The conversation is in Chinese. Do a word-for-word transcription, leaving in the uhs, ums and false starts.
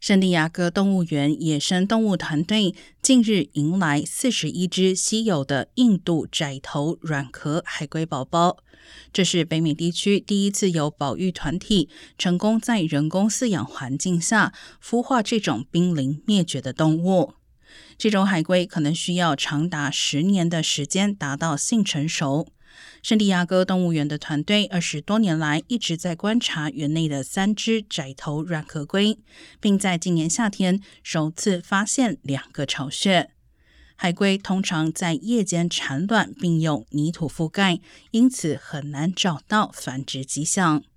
圣地亚哥动物园野生动物团队近日迎来四十一只稀有的印度窄头软壳海龟宝宝，这是北美地区第一次有保育团体成功在人工饲养环境下孵化这种濒临灭绝的动物。这种海龟可能需要长达十年的时间达到性成熟。圣地亚哥动物园的团队二十多年来一直在观察园内的三只窄头软壳龟，并在今年夏天首次发现两个巢穴。海龟通常在夜间产卵并用泥土覆盖，因此很难找到繁殖迹象。